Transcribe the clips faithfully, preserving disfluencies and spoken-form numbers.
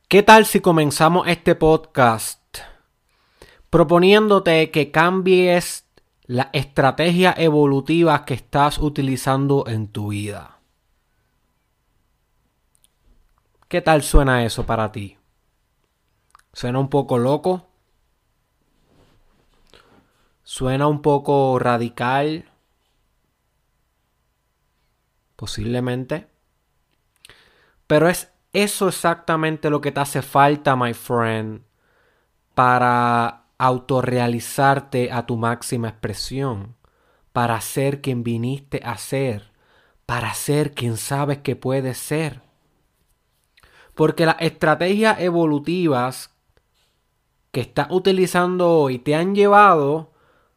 ¿Qué tal si comenzamos este podcast proponiéndote que cambies las estrategias evolutivas que estás utilizando en tu vida? ¿Qué tal suena eso para ti? ¿Suena un poco loco? ¿Suena un poco radical? Posiblemente. Pero es eso exactamente lo que te hace falta, my friend, para autorrealizarte a tu máxima expresión, para ser quien viniste a ser, para ser quien sabes que puedes ser. Porque las estrategias evolutivas que estás utilizando hoy te han llevado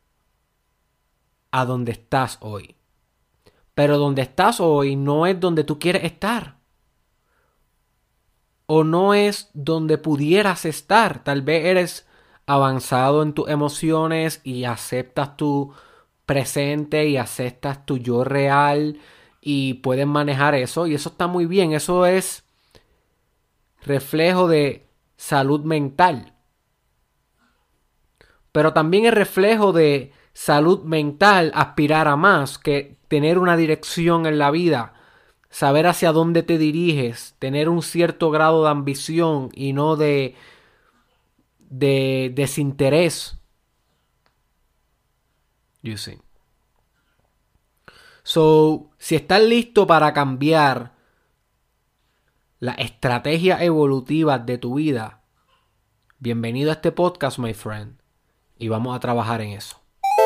a donde estás hoy. Pero donde estás hoy no es donde tú quieres estar. O no es donde pudieras estar. Tal vez eres avanzado en tus emociones y aceptas tu presente y aceptas tu yo real y puedes manejar eso. Y eso está muy bien. Eso es reflejo de salud mental. Pero también es reflejo de salud mental aspirar a más, que tener una dirección en la vida, saber hacia dónde te diriges, tener un cierto grado de ambición y no de, de desinterés. You see. So, si estás listo para cambiar las estrategias evolutivas de tu vida, bienvenido a este podcast, my friend, y vamos a trabajar en eso.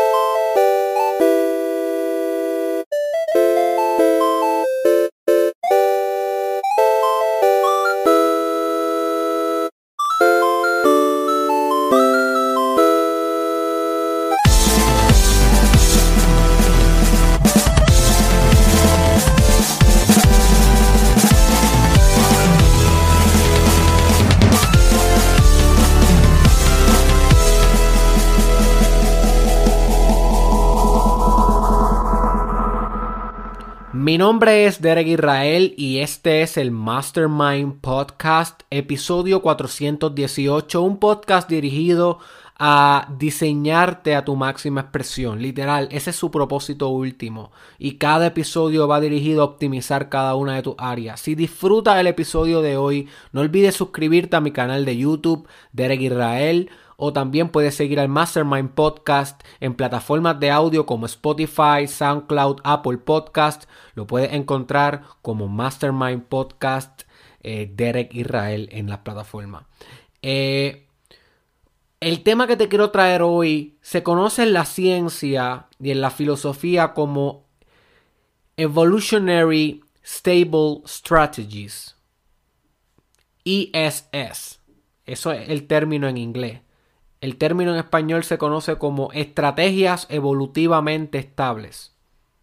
Mi nombre es Derek Israel y este es el Mastermind Podcast, episodio cuatrocientos dieciocho, un podcast dirigido a diseñarte a tu máxima expresión. Literal, ese es su propósito último. Y cada episodio va dirigido a optimizar cada una de tus áreas. Si disfrutas el episodio de hoy, no olvides suscribirte a mi canal de YouTube, Derek Israel. O también puedes seguir al Mastermind Podcast en plataformas de audio como Spotify, SoundCloud, Apple Podcast. Lo puedes encontrar como Mastermind Podcast eh, Derek Israel en las plataformas. Eh, el tema que te quiero traer hoy se conoce en la ciencia y en la filosofía como Evolutionary Stable Strategies. E S S. Eso es el término en inglés. El término en español se conoce como estrategias evolutivamente estables.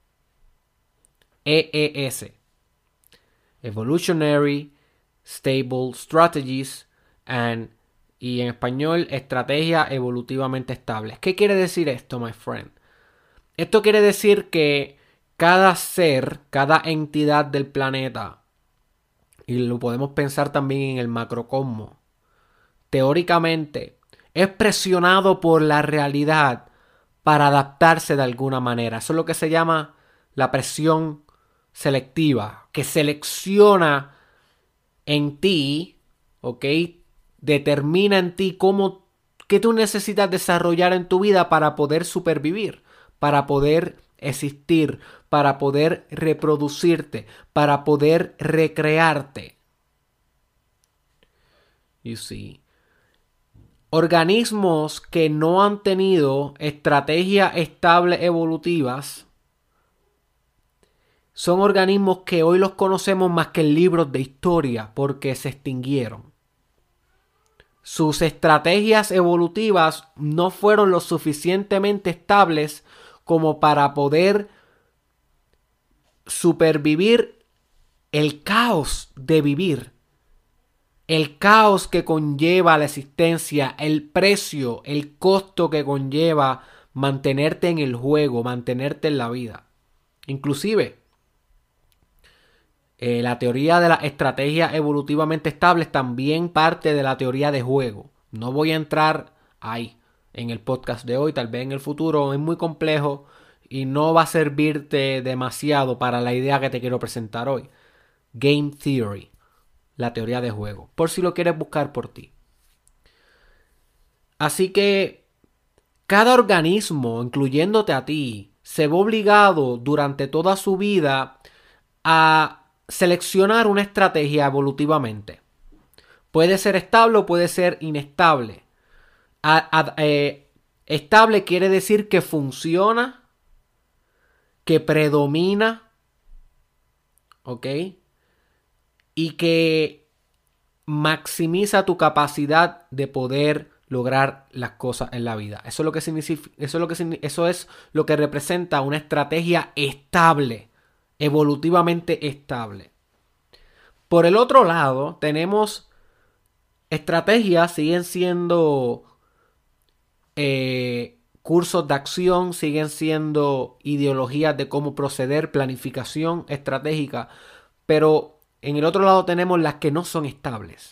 E E S. Evolutionary Stable Strategies and, y en español, estrategias evolutivamente estables. ¿Qué quiere decir esto, my friend? Esto quiere decir que cada ser, cada entidad del planeta, y lo podemos pensar también en el macrocosmos, teóricamente es presionado por la realidad para adaptarse de alguna manera. Eso es lo que se llama la presión selectiva, que selecciona en ti, ¿ok? Determina en ti cómo, qué tú necesitas desarrollar en tu vida para poder supervivir, para poder existir, para poder reproducirte, para poder recrearte. You see. Organismos que no han tenido estrategias estables evolutivas son organismos que hoy los conocemos más que en libros de historia porque se extinguieron. Sus estrategias evolutivas no fueron lo suficientemente estables como para poder supervivir el caos de vivir. El caos que conlleva la existencia, el precio, el costo que conlleva mantenerte en el juego, mantenerte en la vida. Inclusive, Eh, la teoría de las estrategias evolutivamente estables también parte de la teoría de juego. No voy a entrar ahí en el podcast de hoy, tal vez en el futuro, es muy complejo y no va a servirte demasiado para la idea que te quiero presentar hoy. Game Theory, la teoría de juego, por si lo quieres buscar por ti. Así que cada organismo, incluyéndote a ti, se ve obligado durante toda su vida a seleccionar una estrategia evolutivamente. Puede ser estable o puede ser inestable. A, a, eh, estable quiere decir que funciona, que predomina, ¿ok? Y que maximiza tu capacidad de poder lograr las cosas en la vida. Eso es lo que significa, eso es lo que, eso es lo que representa una estrategia estable, evolutivamente estable. Por el otro lado, tenemos estrategias, siguen siendo eh, cursos de acción, siguen siendo ideologías de cómo proceder, planificación estratégica, pero en el otro lado tenemos las que no son estables,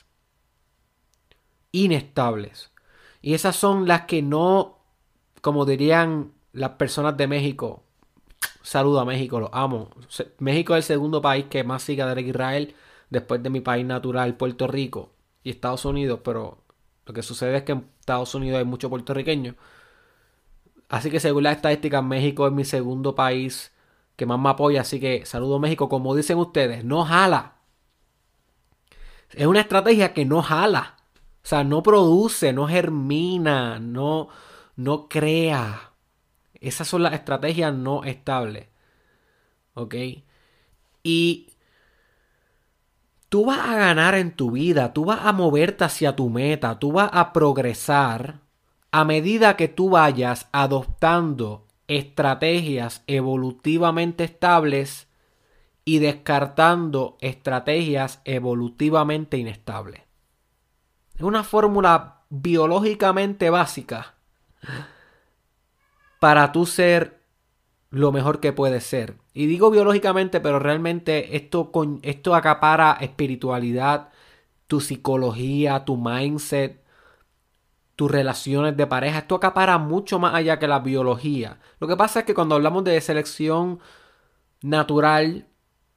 inestables. Y esas son las que no, como dirían las personas de México, saludo a México, los amo. México es el segundo país que más sigue a Derek Israel después de mi país natural, Puerto Rico y Estados Unidos, pero lo que sucede es que en Estados Unidos hay muchos puertorriqueños. Así que según las estadísticas, México es mi segundo país que más me apoya, así que saludo México. Como dicen ustedes, no jala. Es una estrategia que no jala. O sea, no produce, no germina, no, no crea. Esas son las estrategias no estables. ¿Ok? Y tú vas a ganar en tu vida, tú vas a moverte hacia tu meta, tú vas a progresar a medida que tú vayas adoptando estrategias evolutivamente estables y descartando estrategias evolutivamente inestables. Es una fórmula biológicamente básica para tú ser lo mejor que puedes ser. Y digo biológicamente, pero realmente esto, esto acapara espiritualidad, tu psicología, tu mindset, tus relaciones de pareja. Esto acapara mucho más allá que la biología. Lo que pasa es que cuando hablamos de selección natural,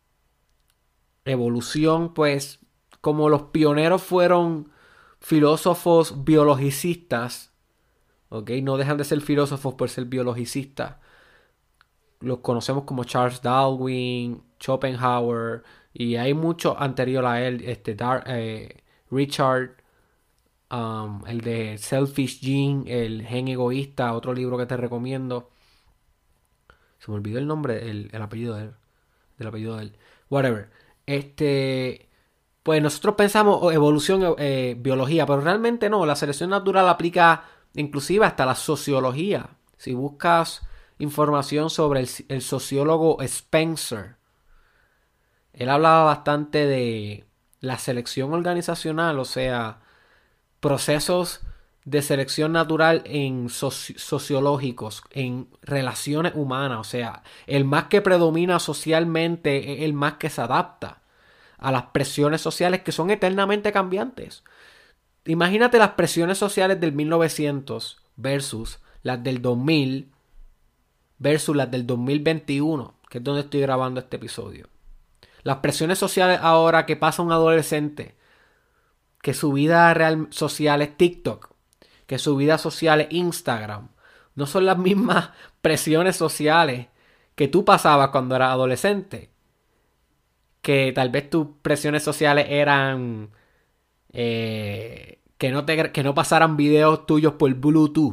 evolución, pues como los pioneros fueron filósofos biologicistas, ¿ok? No dejan de ser filósofos por ser biologicistas. Los conocemos como Charles Darwin, Schopenhauer, y hay muchos anterior a él, este, Dar, eh, Richard, um, el de Selfish Gene, el gen egoísta, otro libro que te recomiendo. Se me olvidó el nombre, el, el apellido de él, del apellido de él. Whatever. Este, pues nosotros pensamos evolución, eh, biología, pero realmente no. La selección natural aplica inclusive hasta la sociología. Si buscas información sobre el, el sociólogo Spencer, él hablaba bastante de la selección organizacional, o sea, procesos de selección natural en soci sociológicos, en relaciones humanas, o sea, el más que predomina socialmente es el más que se adapta a las presiones sociales que son eternamente cambiantes. Imagínate las presiones sociales del mil novecientos versus las del dos mil versus las del dos mil veintiuno, que es donde estoy grabando este episodio. Las presiones sociales ahora que pasa un adolescente, que su vida real social es TikTok, que su vida social es Instagram, no son las mismas presiones sociales que tú pasabas cuando eras adolescente. Que tal vez tus presiones sociales eran eh, que, no te, que no pasaran videos tuyos por Bluetooth.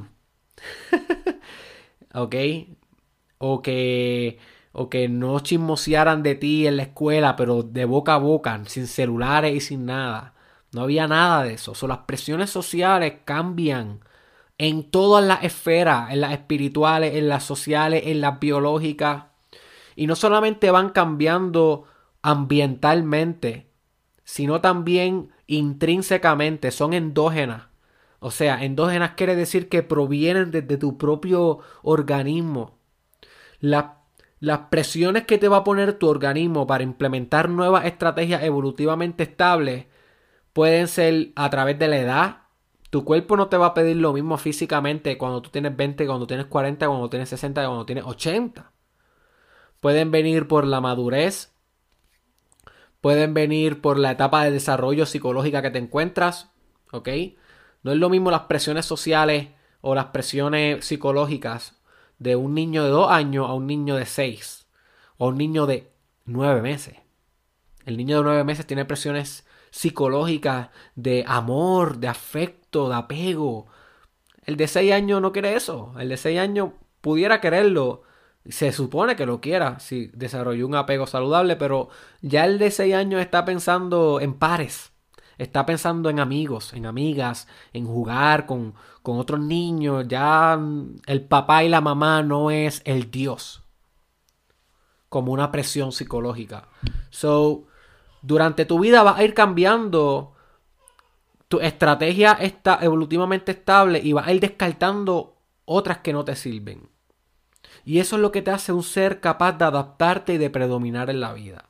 ¿Ok? O que, o que no chismosearan de ti en la escuela, pero de boca a boca, sin celulares y sin nada. No había nada de eso. So, las presiones sociales cambian en todas las esferas, en las espirituales, en las sociales, en las biológicas. Y no solamente van cambiando ambientalmente, sino también intrínsecamente, son endógenas. O sea, endógenas quiere decir que provienen desde tu propio organismo. La, las presiones que te va a poner tu organismo para implementar nuevas estrategias evolutivamente estables pueden ser a través de la edad. Tu cuerpo no te va a pedir lo mismo físicamente cuando tú tienes veinte, cuando tienes cuarenta, cuando tienes sesenta, cuando tienes ochenta. Pueden venir por la madurez. Pueden venir por la etapa de desarrollo psicológica que te encuentras. ¿Ok? No es lo mismo las presiones sociales o las presiones psicológicas de un niño de dos años a un niño de seis. O un niño de nueve meses. El niño de nueve meses tiene presiones psicológicas de amor, de afecto, de apego. El de seis años no quiere eso. El de seis años pudiera quererlo. Se supone que lo quiera si desarrolló un apego saludable, pero ya el de seis años está pensando en pares. Está pensando en amigos, en amigas, en jugar con, con otros niños. Ya el papá y la mamá no es el Dios. Como una presión psicológica. So, durante tu vida vas a ir cambiando. Tu estrategia está evolutivamente estable y vas a ir descartando otras que no te sirven. Y eso es lo que te hace un ser capaz de adaptarte y de predominar en la vida.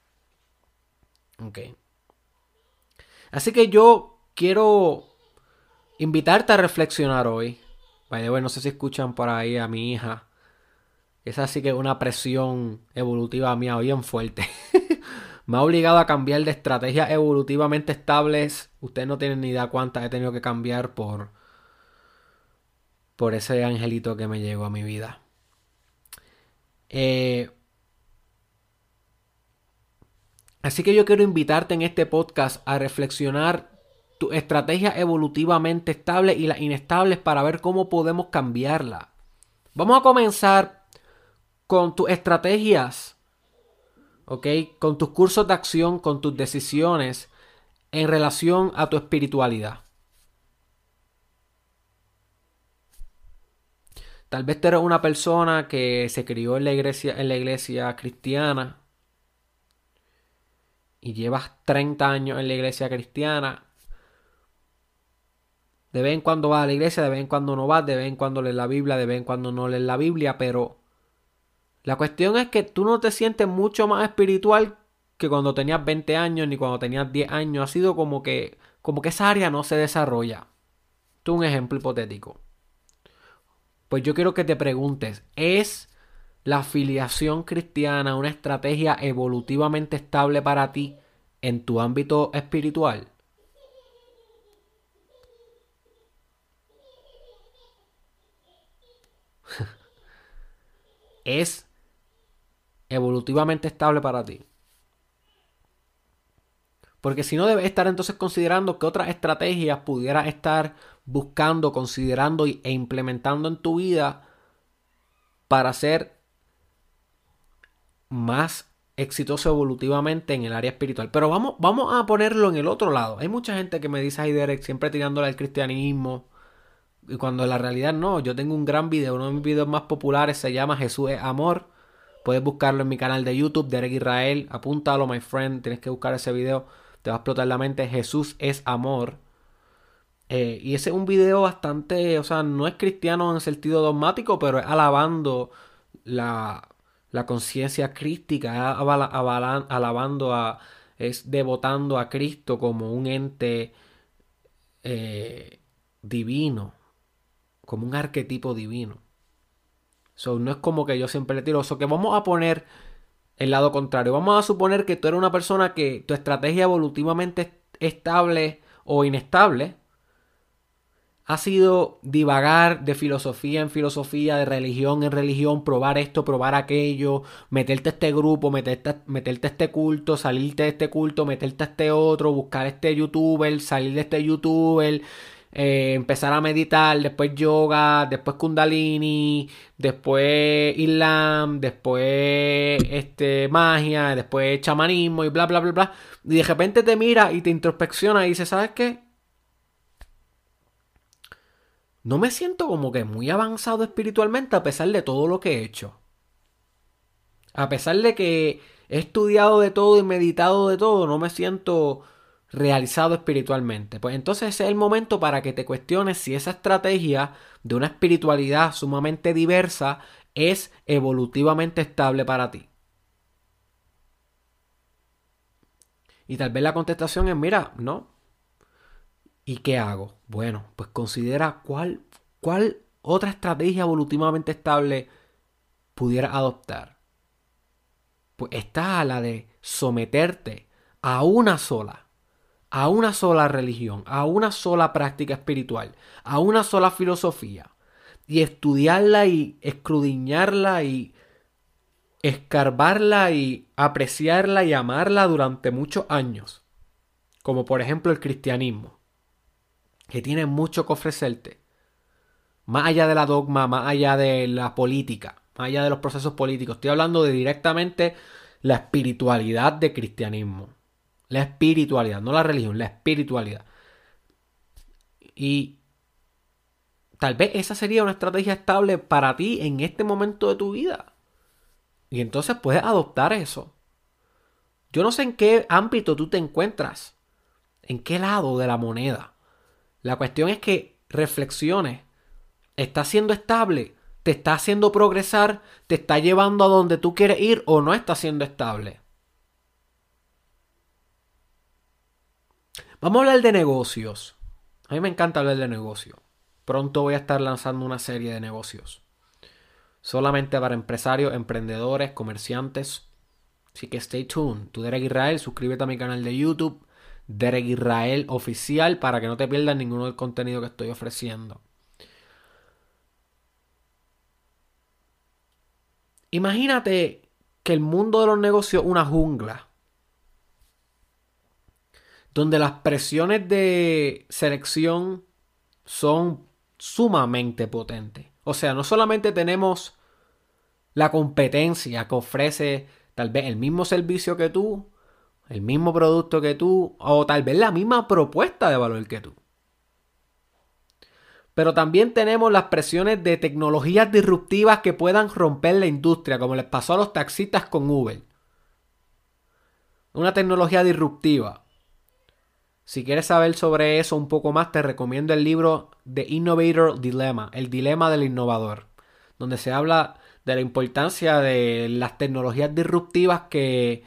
Ok. Así que yo quiero invitarte a reflexionar hoy. By the way, no sé si escuchan por ahí a mi hija. Esa sí que es una presión evolutiva mía bien fuerte. Me ha obligado a cambiar de estrategias evolutivamente estables. Ustedes no tienen ni idea cuántas he tenido que cambiar por, por ese angelito que me llegó a mi vida. Eh, así que yo quiero invitarte en este podcast a reflexionar tus estrategias evolutivamente estables y las inestables para ver cómo podemos cambiarla. Vamos a comenzar con tus estrategias, ¿ok? Con tus cursos de acción, con tus decisiones en relación a tu espiritualidad. Tal vez tú eres una persona que se crió en la iglesia, en la iglesia cristiana y llevas treinta años en la iglesia cristiana. De vez en cuando vas a la iglesia, de vez en cuando no vas, de vez en cuando lees la Biblia, de vez en cuando no lees la Biblia, pero la cuestión es que tú no te sientes mucho más espiritual que cuando tenías veinte años ni cuando tenías diez años. Ha sido como que, como que esa área no se desarrolla. Tú un ejemplo hipotético. Pues yo quiero que te preguntes, ¿es la afiliación cristiana una estrategia evolutivamente estable para ti en tu ámbito espiritual? ¿Es evolutivamente estable para ti? Porque si no, debes estar entonces considerando qué otras estrategias pudieras estar buscando, considerando e implementando en tu vida para ser más exitoso evolutivamente en el área espiritual. Pero vamos, vamos a ponerlo en el otro lado. Hay mucha gente que me dice, ay Derek, siempre tirándole al cristianismo. Y cuando en la realidad no. Yo tengo un gran video, uno de mis videos más populares se llama Jesús es Amor. Puedes buscarlo en mi canal de YouTube, Derek Israel. Apúntalo, my friend. Tienes que buscar ese video. Te va a explotar la mente. Jesús es Amor. Eh, y ese es un video bastante, o sea, no es cristiano en sentido dogmático, pero es alabando la, la conciencia crística, es avala, avala, alabando a, es devotando a Cristo como un ente eh, divino, como un arquetipo divino. So, no es como que yo siempre le tiro. So, que vamos a poner el lado contrario. Vamos a suponer que tú eres una persona que tu estrategia evolutivamente estable o inestable ha sido divagar de filosofía en filosofía, de religión en religión, probar esto, probar aquello, meterte a este grupo, meterte, meterte a este culto, salirte de este culto, meterte a este otro, buscar este youtuber, salir de este youtuber, eh, empezar a meditar, después yoga, después kundalini, después islam, después este, magia, después chamanismo y bla bla bla bla. Y de repente te mira y te introspecciona y dices, ¿sabes qué? No me siento como que muy avanzado espiritualmente a pesar de todo lo que he hecho. A pesar de que he estudiado de todo y meditado de todo, no me siento realizado espiritualmente. Pues entonces ese es el momento para que te cuestiones si esa estrategia de una espiritualidad sumamente diversa es evolutivamente estable para ti? Y tal vez la contestación es, mira, no. ¿Y qué hago? Bueno, pues considera cuál, cuál otra estrategia evolutivamente estable pudiera adoptar. Pues está la de someterte a una sola, a una sola religión, a una sola práctica espiritual, a una sola filosofía, y estudiarla y escudriñarla y escarbarla y apreciarla y amarla durante muchos años, como por ejemplo el cristianismo, que tiene mucho que ofrecerte, más allá de la dogma, más allá de la política, más allá de los procesos políticos. Estoy hablando de directamente la espiritualidad del cristianismo, la espiritualidad, no la religión, la espiritualidad. Y tal vez esa sería una estrategia estable para ti en este momento de tu vida. Y entonces puedes adoptar eso. Yo no sé en qué ámbito tú te encuentras, en qué lado de la moneda. La cuestión es que reflexiones. ¿Está siendo estable? ¿Te está haciendo progresar? ¿Te está llevando a donde tú quieres ir o no está siendo estable? Vamos a hablar de negocios. A mí me encanta hablar de negocios. Pronto voy a estar lanzando una serie de negocios. Solamente para empresarios, emprendedores, comerciantes. Así que stay tuned. Tú, Derek Israel, suscríbete a mi canal de YouTube, Derek Israel Oficial, para que no te pierdas ninguno del contenido que estoy ofreciendo. Imagínate que el mundo de los negocios es una jungla, donde las presiones de selección son sumamente potentes. O sea, no solamente tenemos la competencia que ofrece tal vez el mismo servicio que tú, el mismo producto que tú, o tal vez la misma propuesta de valor que tú. Pero también tenemos las presiones de tecnologías disruptivas que puedan romper la industria, como les pasó a los taxistas con Uber. Una tecnología disruptiva. Si quieres saber sobre eso un poco más, te recomiendo el libro The Innovator Dilemma, el dilema del innovador, donde se habla de la importancia de las tecnologías disruptivas que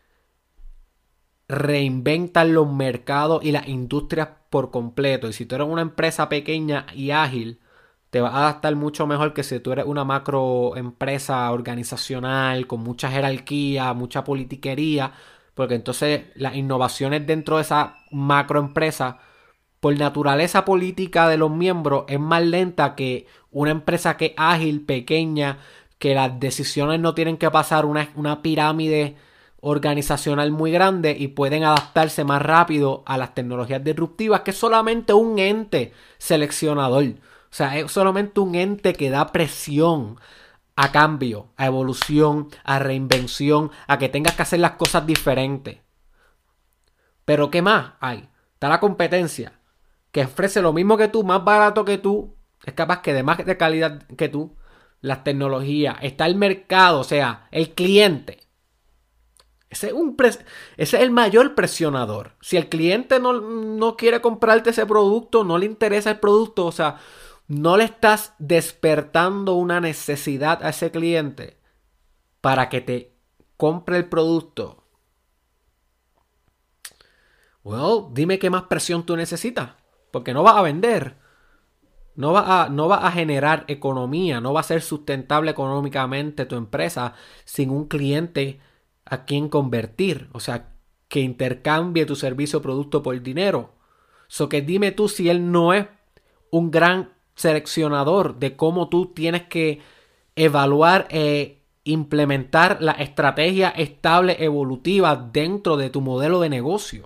reinventan los mercados y las industrias por completo. Y si tú eres una empresa pequeña y ágil, te vas a adaptar mucho mejor que si tú eres una macro empresa organizacional con mucha jerarquía, mucha politiquería, porque entonces las innovaciones dentro de esa macroempresa, por naturaleza política de los miembros, es más lenta que una empresa que es ágil, pequeña, que las decisiones no tienen que pasar una, una pirámide organizacional muy grande y pueden adaptarse más rápido a las tecnologías disruptivas, que es solamente un ente seleccionador. O sea, es solamente un ente que da presión a cambio, a evolución, a reinvención, a que tengas que hacer las cosas diferentes. Pero ¿qué más hay? Está la competencia, que ofrece lo mismo que tú, más barato que tú, es capaz que de más de calidad que tú, las tecnologías. Está el mercado, o sea, el cliente. Ese es, un pres- ese es el mayor presionador. Si el cliente no, no quiere comprarte ese producto, no le interesa el producto, o sea, no le estás despertando una necesidad a ese cliente para que te compre el producto. Well, dime qué más presión tú necesitas, porque no vas a vender. No va a, no va a generar economía, no va a ser sustentable económicamente tu empresa sin un cliente a quien convertir. O sea, que intercambie tu servicio o producto por dinero. So que dime tú si él no es un gran seleccionador de cómo tú tienes que evaluar e implementar la estrategia estable evolutiva dentro de tu modelo de negocio.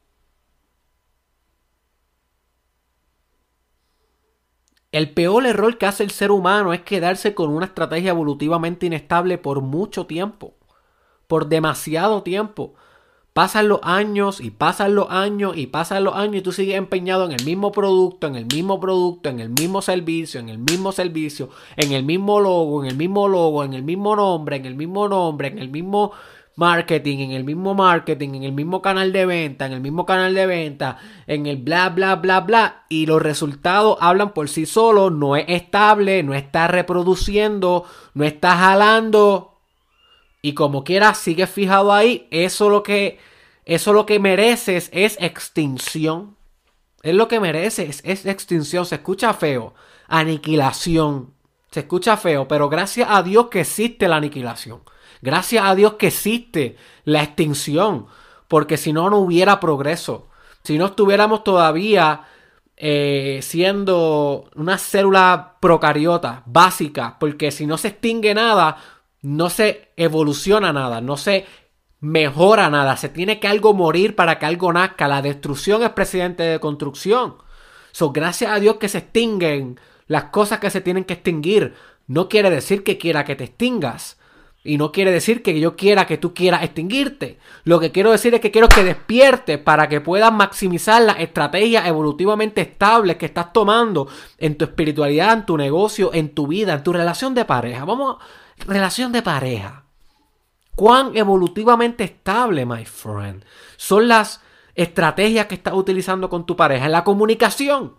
El peor error que hace el ser humano es quedarse con una estrategia evolutivamente inestable por mucho tiempo. Por demasiado tiempo. Pasan los años y pasan los años y pasan los años y tú sigues empeñado en el mismo producto, en el mismo producto, en el mismo servicio, en el mismo servicio, en el mismo logo, en el mismo logo, en el mismo nombre, en el mismo nombre, en el mismo marketing, en el mismo marketing, en el mismo canal de venta, en el mismo canal de venta, en el bla, bla, bla, bla, y los resultados hablan por sí solos, no es estable, no está reproduciendo, no está jalando, y como quiera sigue fijado ahí, eso lo que, eso lo que mereces es extinción. Es lo que mereces, es extinción, se escucha feo, aniquilación, se escucha feo, pero gracias a Dios que existe la aniquilación. Gracias a Dios que existe la extinción, porque si no, no hubiera progreso. Si no estuviéramos todavía eh, siendo una célula procariota básica, porque si no se extingue nada, no se evoluciona nada, no se mejora nada. Se tiene que algo morir para que algo nazca. La destrucción es precedente de construcción. So, gracias a Dios que se extinguen las cosas que se tienen que extinguir. No quiere decir que quiera que te extingas. Y no quiere decir que yo quiera que tú quieras extinguirte. Lo que quiero decir es que quiero que despiertes para que puedas maximizar las estrategias evolutivamente estables que estás tomando en tu espiritualidad, en tu negocio, en tu vida, en tu relación de pareja. Vamos, relación de pareja. ¿Cuán evolutivamente estable, my friend, son las estrategias que estás utilizando con tu pareja en la comunicación?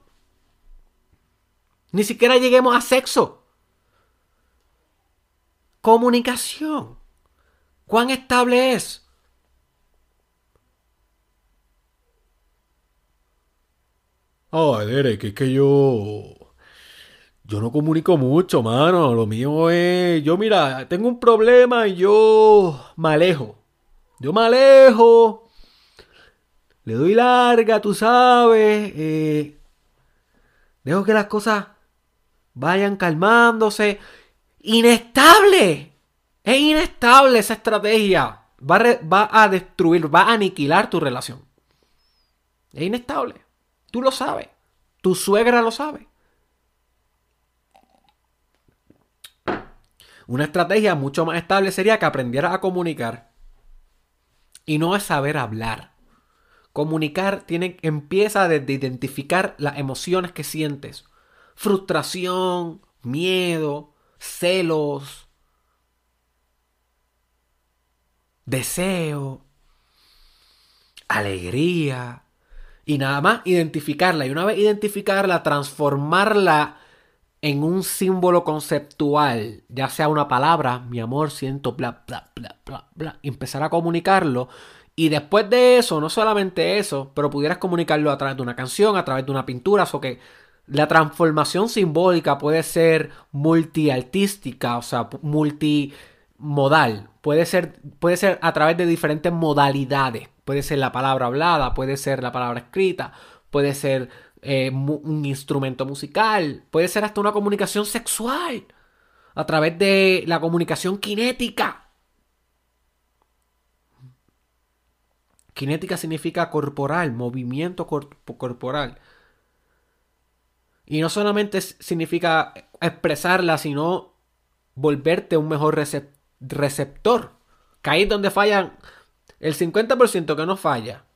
Ni siquiera lleguemos a sexo. Comunicación. ¿Cuán estable es? Oh, Derek, es que yo... Yo no comunico mucho, mano. Lo mío es... Yo, mira, tengo un problema y yo me alejo. Yo me alejo. Le doy larga, tú sabes. Eh, dejo que las cosas vayan calmándose. Inestable. Es inestable esa estrategia. Va a, re, va a destruir, va a aniquilar tu relación. Es inestable. Tú lo sabes. Tu suegra lo sabe. Una estrategia mucho más estable sería que aprendieras a comunicar. Y no es saber hablar. Comunicar tiene, empieza desde identificar las emociones que sientes. Frustración, miedo, celos, deseo, alegría. Y nada más identificarla. Y una vez identificarla, transformarla en un símbolo conceptual, ya sea una palabra, mi amor, siento, bla, bla, bla, bla, bla, y empezar a comunicarlo. Y después de eso, no solamente eso, pero pudieras comunicarlo a través de una canción, a través de una pintura, o que la transformación simbólica puede ser multiartística, o sea, multimodal. Puede ser, puede ser a través de diferentes modalidades. Puede ser la palabra hablada, puede ser la palabra escrita, puede ser eh, un instrumento musical, puede ser hasta una comunicación sexual, a través de la comunicación cinética. Cinética significa corporal, movimiento cor- corporal. Y no solamente significa expresarla, sino volverte un mejor recep- receptor. Que ahí es donde fallan el cincuenta por ciento que no falla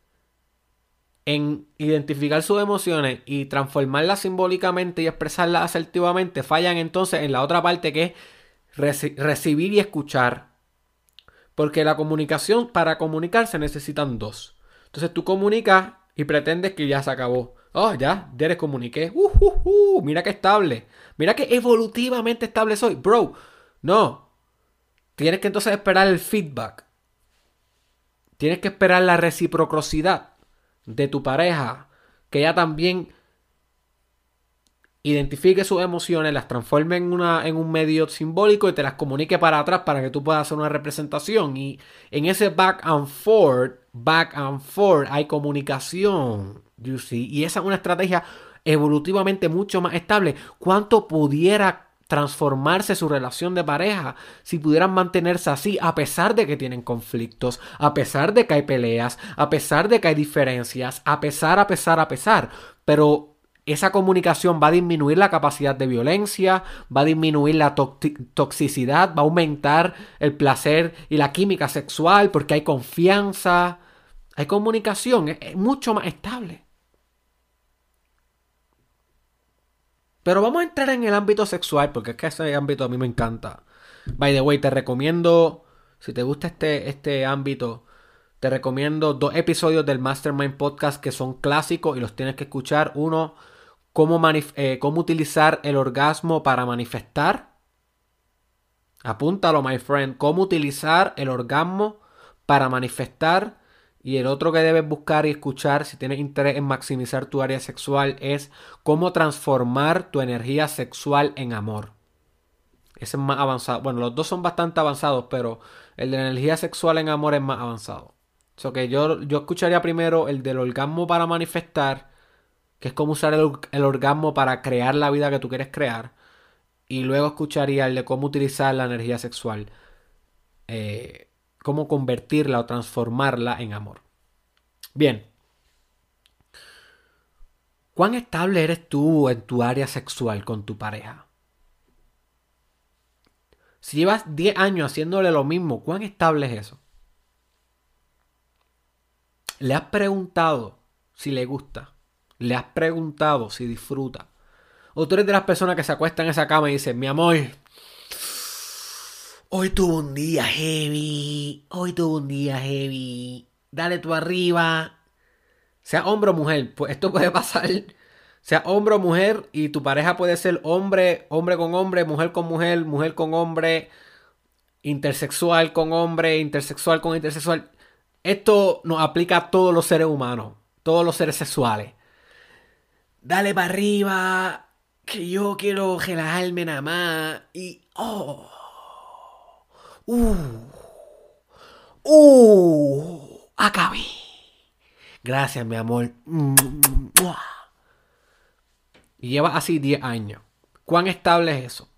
en identificar sus emociones y transformarlas simbólicamente y expresarlas asertivamente. Fallan entonces en la otra parte, que es reci- recibir y escuchar. Porque la comunicación, para comunicar se necesitan dos. Entonces tú comunicas y pretendes que ya se acabó. Oh, ya, ya les comuniqué. Uh, uh, uh, mira qué estable. Mira qué evolutivamente estable soy. Bro, no. Tienes que entonces esperar el feedback. Tienes que esperar la reciprocidad de tu pareja. Que ella también identifique sus emociones, las transforme en, una, en un medio simbólico y te las comunique para atrás para que tú puedas hacer una representación. Y en ese back and forth, back and forth, hay comunicación. You see? Y esa es una estrategia evolutivamente mucho más estable. ¿Cuánto pudiera transformarse su relación de pareja si pudieran mantenerse así, a pesar de que tienen conflictos, a pesar de que hay peleas, a pesar de que hay diferencias, a pesar, a pesar, a pesar? Pero esa comunicación va a disminuir la capacidad de violencia, va a disminuir la to- toxicidad, va a aumentar el placer y la química sexual porque hay confianza, hay comunicación, es, es mucho más estable. Pero vamos a entrar en el ámbito sexual porque es que ese ámbito a mí me encanta. By the way, te recomiendo Si te gusta este, este ámbito, te recomiendo dos episodios del Mastermind Podcast que son clásicos y los tienes que escuchar. Uno, cómo, manif- eh, cómo utilizar el orgasmo para manifestar. Apúntalo, my friend. Cómo utilizar el orgasmo para manifestar. Y el otro que debes buscar y escuchar si tienes interés en maximizar tu área sexual es cómo transformar tu energía sexual en amor. Ese es más avanzado. Bueno, los dos son bastante avanzados, pero el de la energía sexual en amor es más avanzado. O sea que yo, yo escucharía primero el del orgasmo para manifestar, que es cómo usar el, el orgasmo para crear la vida que tú quieres crear. Y luego escucharía el de cómo utilizar la energía sexual. Eh, cómo convertirla o transformarla en amor. Bien. ¿Cuán estable eres tú en tu área sexual con tu pareja? Si llevas diez años haciéndole lo mismo, ¿cuán estable es eso? ¿Le has preguntado si le gusta? ¿Le has preguntado si disfruta? ¿O tú eres de las personas que se acuestan en esa cama y dicen, mi amor, hoy tuve un día heavy, hoy tuve un día heavy, dale tú arriba? Sea hombre o mujer, pues esto puede pasar. Sea hombre o mujer y tu pareja puede ser hombre, hombre con hombre, mujer con mujer, mujer con hombre, intersexual con hombre, intersexual con intersexual. Esto nos aplica a todos los seres humanos, todos los seres sexuales. Dale para arriba, que yo quiero relajarme nada más. Y, oh, uh, uh, acabé. Gracias, mi amor. Y llevas así diez años. ¿Cuán estable es eso?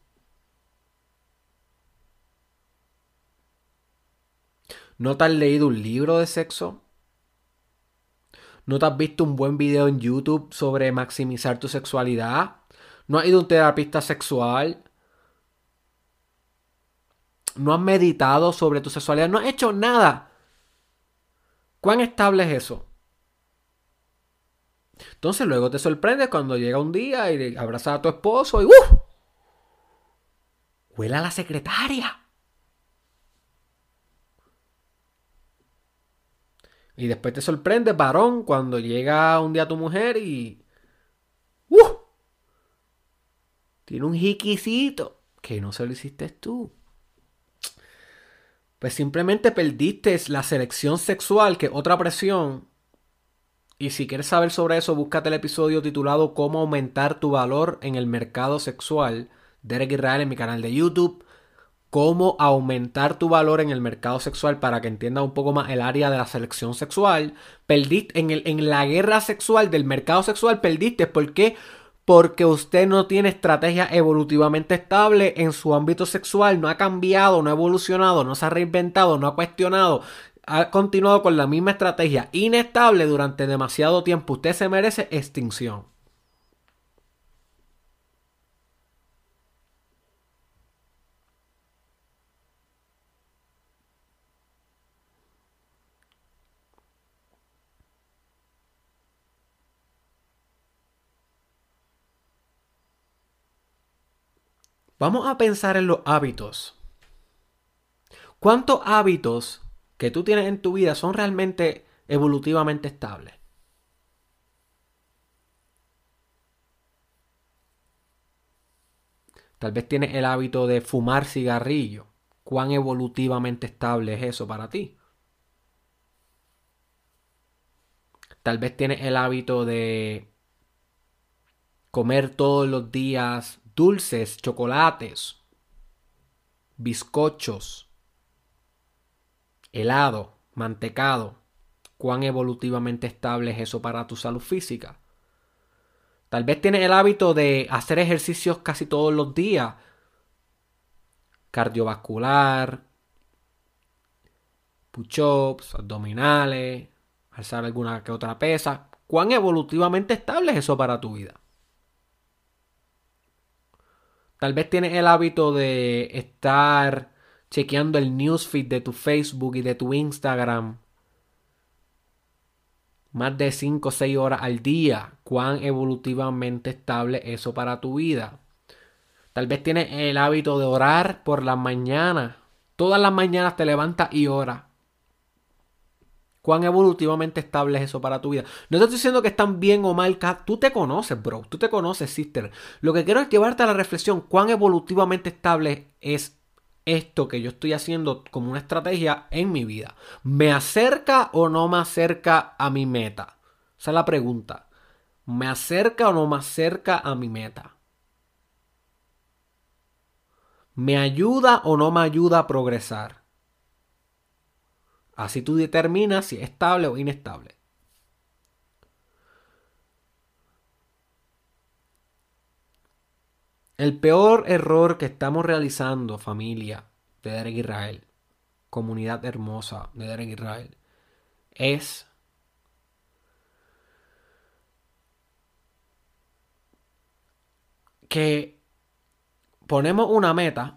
¿No te has leído un libro de sexo? ¿No te has visto un buen video en YouTube sobre maximizar tu sexualidad? ¿No has ido a un terapista sexual? ¿No has meditado sobre tu sexualidad? ¿No has hecho nada? ¿Cuán estable es eso? Entonces luego te sorprendes cuando llega un día y abrazas a tu esposo y ¡uh! Huele a la secretaria. Y después te sorprendes, varón, cuando llega un día tu mujer y ¡uh! Tiene un jiquicito que no se lo hiciste tú. Pues simplemente perdiste la selección sexual, que es otra presión. Y si quieres saber sobre eso, búscate el episodio titulado Cómo aumentar tu valor en el mercado sexual. Derek Israel en mi canal de YouTube. Cómo aumentar tu valor en el mercado sexual para que entiendas un poco más el área de la selección sexual. Perdiste en, el, en la guerra sexual del mercado sexual, perdiste. ¿Por qué? Porque usted no tiene estrategia evolutivamente estable en su ámbito sexual. No ha cambiado, no ha evolucionado, no se ha reinventado, no ha cuestionado. Ha continuado con la misma estrategia inestable durante demasiado tiempo. Usted se merece extinción. Vamos a pensar en los hábitos. ¿Cuántos hábitos que tú tienes en tu vida son realmente evolutivamente estables? Tal vez tienes el hábito de fumar cigarrillo. ¿Cuán evolutivamente estable es eso para ti? Tal vez tienes el hábito de comer todos los días dulces, chocolates, bizcochos, helado, mantecado. ¿Cuán evolutivamente estable es eso para tu salud física? Tal vez tienes el hábito de hacer ejercicios casi todos los días. Cardiovascular, push-ups, abdominales, alzar alguna que otra pesa. ¿Cuán evolutivamente estable es eso para tu vida? Tal vez tienes el hábito de estar chequeando el newsfeed de tu Facebook y de tu Instagram más de cinco o seis horas al día. ¿Cuán evolutivamente estable es eso para tu vida? Tal vez tienes el hábito de orar por las mañanas, Todas las mañanas te levantas y oras. ¿Cuán evolutivamente estable es eso para tu vida? No te estoy diciendo que están bien o mal. Tú te conoces, bro. Tú te conoces, sister. Lo que quiero es llevarte a la reflexión. ¿Cuán evolutivamente estable es esto que yo estoy haciendo como una estrategia en mi vida? ¿Me acerca o no me acerca a mi meta? Esa es la pregunta. ¿Me acerca o no me acerca a mi meta? ¿Me ayuda o no me ayuda a progresar? Así tú determinas si es estable o inestable. El peor error que estamos realizando, familia de Derek Israel, comunidad hermosa de Derek Israel, es que ponemos una meta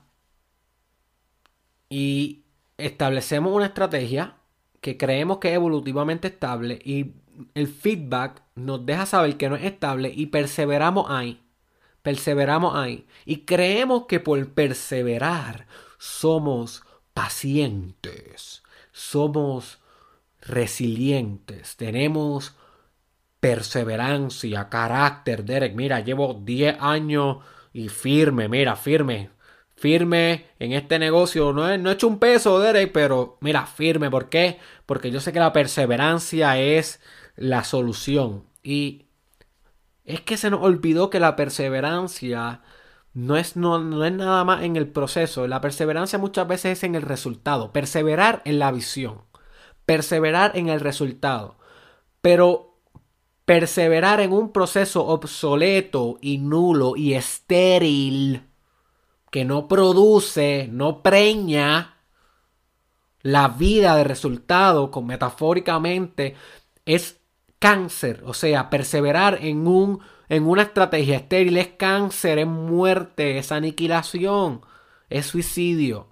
y establecemos una estrategia que creemos que es evolutivamente estable y el feedback nos deja saber que no es estable y perseveramos ahí. Perseveramos ahí. Y creemos que por perseverar somos pacientes, somos resilientes, tenemos perseverancia, carácter. Derek, mira, llevo diez años y firme, mira, firme. Firme en este negocio. No he, no he hecho un peso, Derek, pero mira, firme. ¿Por qué? Porque yo sé que la perseverancia es la solución. Y es que se nos olvidó que la perseverancia no es, no, no es nada más en el proceso. La perseverancia muchas veces es en el resultado. Perseverar en la visión. Perseverar en el resultado. Pero perseverar en un proceso obsoleto y nulo y estéril que no produce, no preña la vida de resultado, con metafóricamente, es cáncer. O sea, perseverar en, un, en una estrategia estéril es cáncer, es muerte, es aniquilación, es suicidio.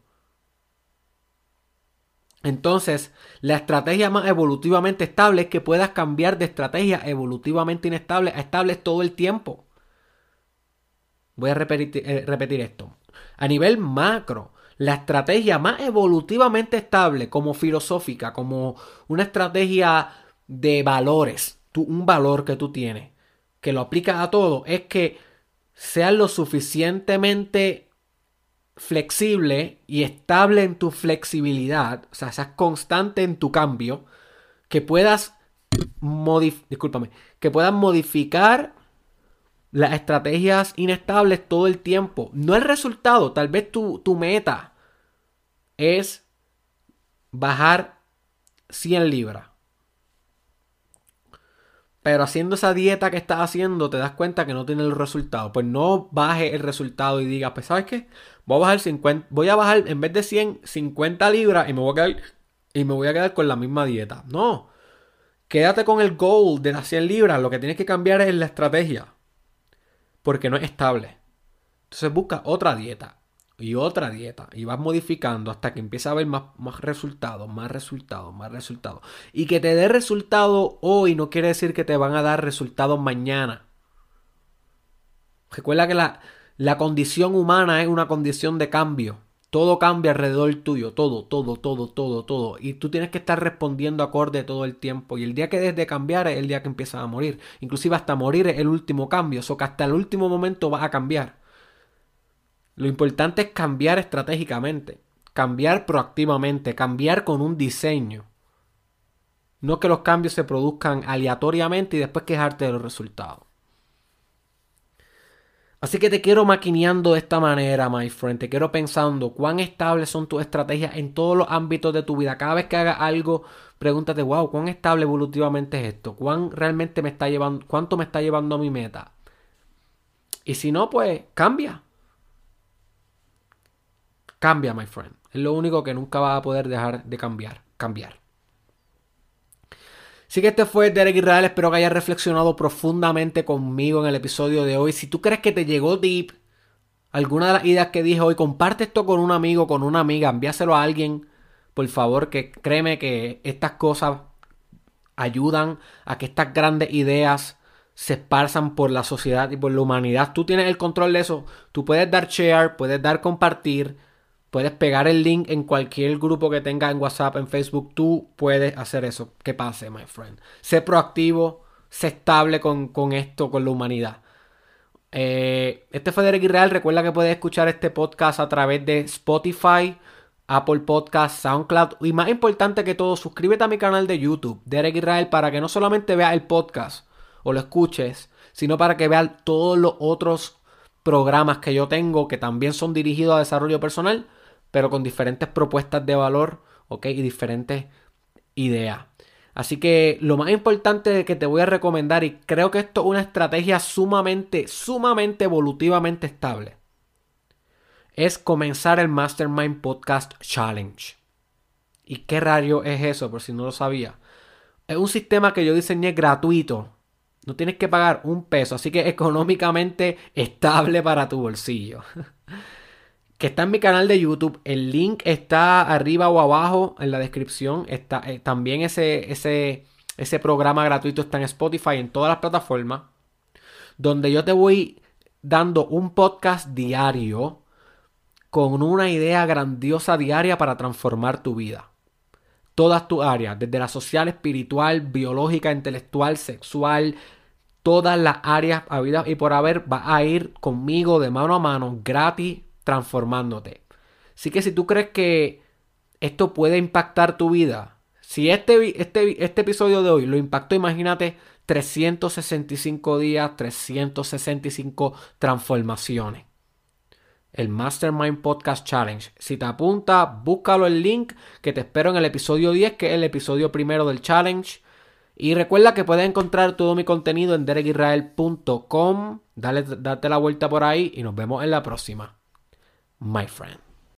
Entonces, la estrategia más evolutivamente estable es que puedas cambiar de estrategia evolutivamente inestable a estable todo el tiempo. Voy a repetir, eh, repetir esto. A nivel macro, la estrategia más evolutivamente estable, como filosófica, como una estrategia de valores, tú, un valor que tú tienes, que lo aplicas a todo, es que seas lo suficientemente flexible y estable en tu flexibilidad, o sea, seas constante en tu cambio, que puedas modif- discúlpame, que puedas modificar las estrategias inestables todo el tiempo. No el resultado, tal vez tu, tu meta es bajar cien libras. Pero haciendo esa dieta que estás haciendo, te das cuenta que no tiene el resultado. Pues no bajes el resultado y digas, pues ¿sabes qué? Voy a bajar cincuenta, voy a bajar en vez de cien, cincuenta libras y me voy a quedar, y me voy a quedar con la misma dieta. No. Quédate con el goal de las cien libras. Lo que tienes que cambiar es la estrategia. Porque no es estable. Entonces busca otra dieta. Y otra dieta. Y vas modificando hasta que empieza a haber más, más resultados, más resultados, más resultados. Y que te dé resultado hoy no quiere decir que te van a dar resultados mañana. Recuerda que la, la condición humana es una condición de cambio. Todo cambia alrededor tuyo. Todo, todo, todo, todo, todo. Y tú tienes que estar respondiendo acorde todo el tiempo. Y el día que dejes de cambiar es el día que empiezas a morir. Inclusive hasta morir es el último cambio. O sea que hasta el último momento vas a cambiar. Lo importante es cambiar estratégicamente, cambiar proactivamente, cambiar con un diseño. No que los cambios se produzcan aleatoriamente y después quejarte de los resultados. Así que te quiero maquineando de esta manera, my friend. Te quiero pensando cuán estables son tus estrategias en todos los ámbitos de tu vida. Cada vez que hagas algo, pregúntate, wow, ¿cuán estable evolutivamente es esto? ¿Cuán realmente me está llevando, cuánto me está llevando a mi meta? Y si no, pues cambia. Cambia, my friend. Es lo único que nunca vas a poder dejar de cambiar. Cambiar. Así que este fue Derek Israel. Espero que hayas reflexionado profundamente conmigo en el episodio de hoy. Si tú crees que te llegó deep alguna de las ideas que dije hoy, comparte esto con un amigo, con una amiga. Envíaselo a alguien, por favor, que créeme que estas cosas ayudan a que estas grandes ideas se esparzan por la sociedad y por la humanidad. Tú tienes el control de eso. Tú puedes dar share, puedes dar compartir. Puedes pegar el link en cualquier grupo que tengas en WhatsApp, en Facebook. Tú puedes hacer eso. Que pase, my friend. Sé proactivo, sé estable con, con esto, con la humanidad. Eh, este fue Derek Israel. Recuerda que puedes escuchar este podcast a través de Spotify, Apple Podcast, SoundCloud. Y más importante que todo, suscríbete a mi canal de YouTube, Derek Israel, para que no solamente veas el podcast o lo escuches, sino para que veas todos los otros programas que yo tengo que también son dirigidos a desarrollo personal, pero con diferentes propuestas de valor, ¿ok? Y diferentes ideas. Así que lo más importante que te voy a recomendar, y creo que esto es una estrategia sumamente, sumamente evolutivamente estable, es comenzar el Mastermind Podcast Challenge. ¿Y qué rayo es eso? Por si no lo sabía. Es un sistema que yo diseñé gratuito. No tienes que pagar un peso, así que económicamente estable para tu bolsillo. Que está en mi canal de YouTube. El link está arriba o abajo en la descripción. Está, eh, también ese, ese, ese programa gratuito está en Spotify, en todas las plataformas. Donde yo te voy dando un podcast diario con una idea grandiosa diaria para transformar tu vida. Todas tus áreas, desde la social, espiritual, biológica, intelectual, sexual, todas las áreas habidas y por haber, vas a ir conmigo de mano a mano, gratis, transformándote. Así que si tú crees que esto puede impactar tu vida, si este, este, este episodio de hoy lo impactó, imagínate trescientos sesenta y cinco días, trescientas sesenta y cinco transformaciones. El Mastermind Podcast Challenge. Si te apunta, búscalo el link que te espero en el episodio diez, que es el episodio primero del challenge. Y recuerda que puedes encontrar todo mi contenido en derek israel punto com. Dale, date la vuelta por ahí y nos vemos en la próxima, my friend.